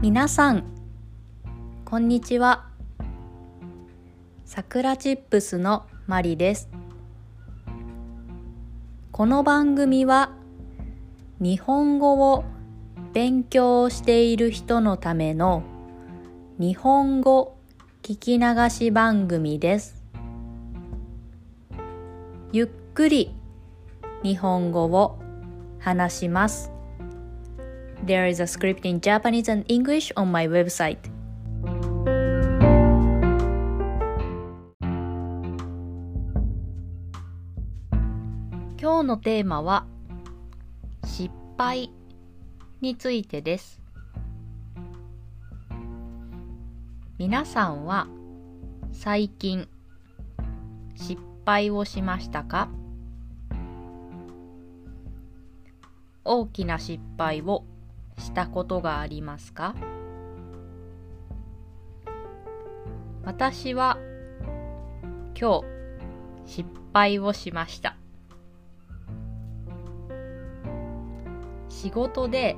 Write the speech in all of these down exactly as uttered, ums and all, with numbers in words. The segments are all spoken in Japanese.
皆さんこんにちは。さくらチップスのマリです。この番組は日本語を勉強している人のための日本語聞き流し番組です。ゆっくり日本語を話します。There is a script in Japanese and English on my website. 今日のテーマは失敗についてです。皆さんは最近失敗をしましたか？大きな失敗をしたことがありますか？私は今日失敗をしました。仕事で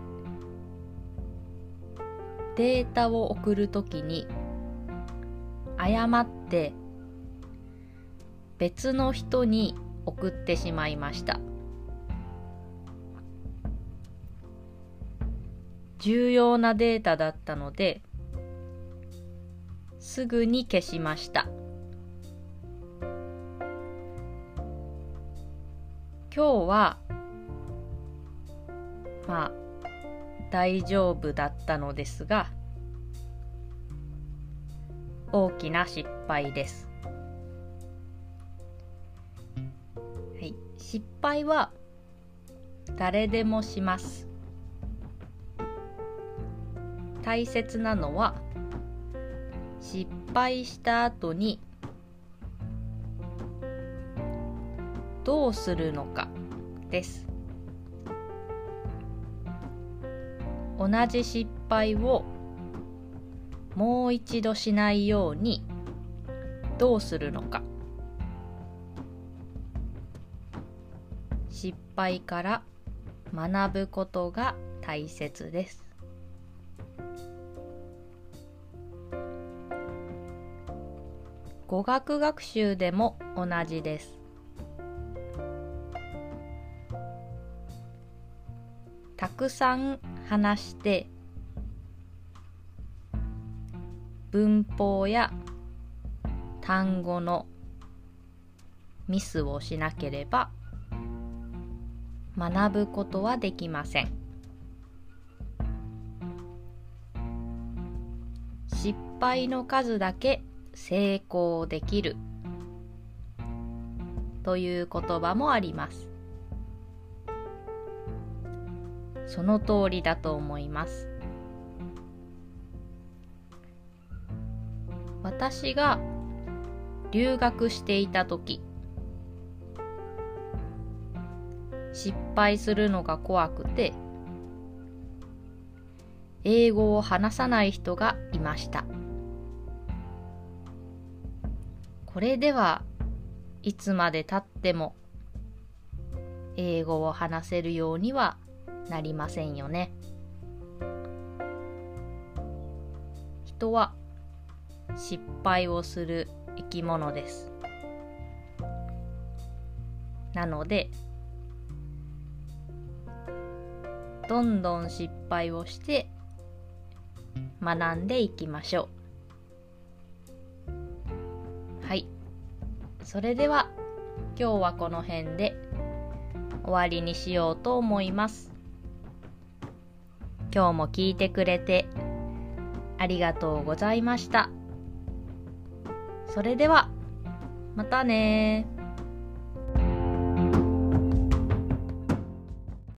データを送るときに誤って別の人に送ってしまいました。重要なデータだったのですぐに消しました。今日はまあ大丈夫だったのですが大きな失敗です。はい、失敗は誰でもします。大切なのは失敗した後にどうするのかです。同じ失敗をもう一度しないようにどうするのか。失敗から学ぶことが大切です。語学学習でも同じです。たくさん話して文法や単語のミスをしなければ学ぶことはできません。失敗の数だけ成功できるという言葉もあります。その通りだと思います。私が留学していたとき、失敗するのが怖くて、英語を話さない人がいました。これではいつまで経っても英語を話せるようにはなりませんよね。人は失敗をする生き物です。なのでどんどん失敗をして学んでいきましょう。はい、それでは今日はこの辺で終わりにしようと思います。今日も聞いてくれてありがとうございました。それではまたね。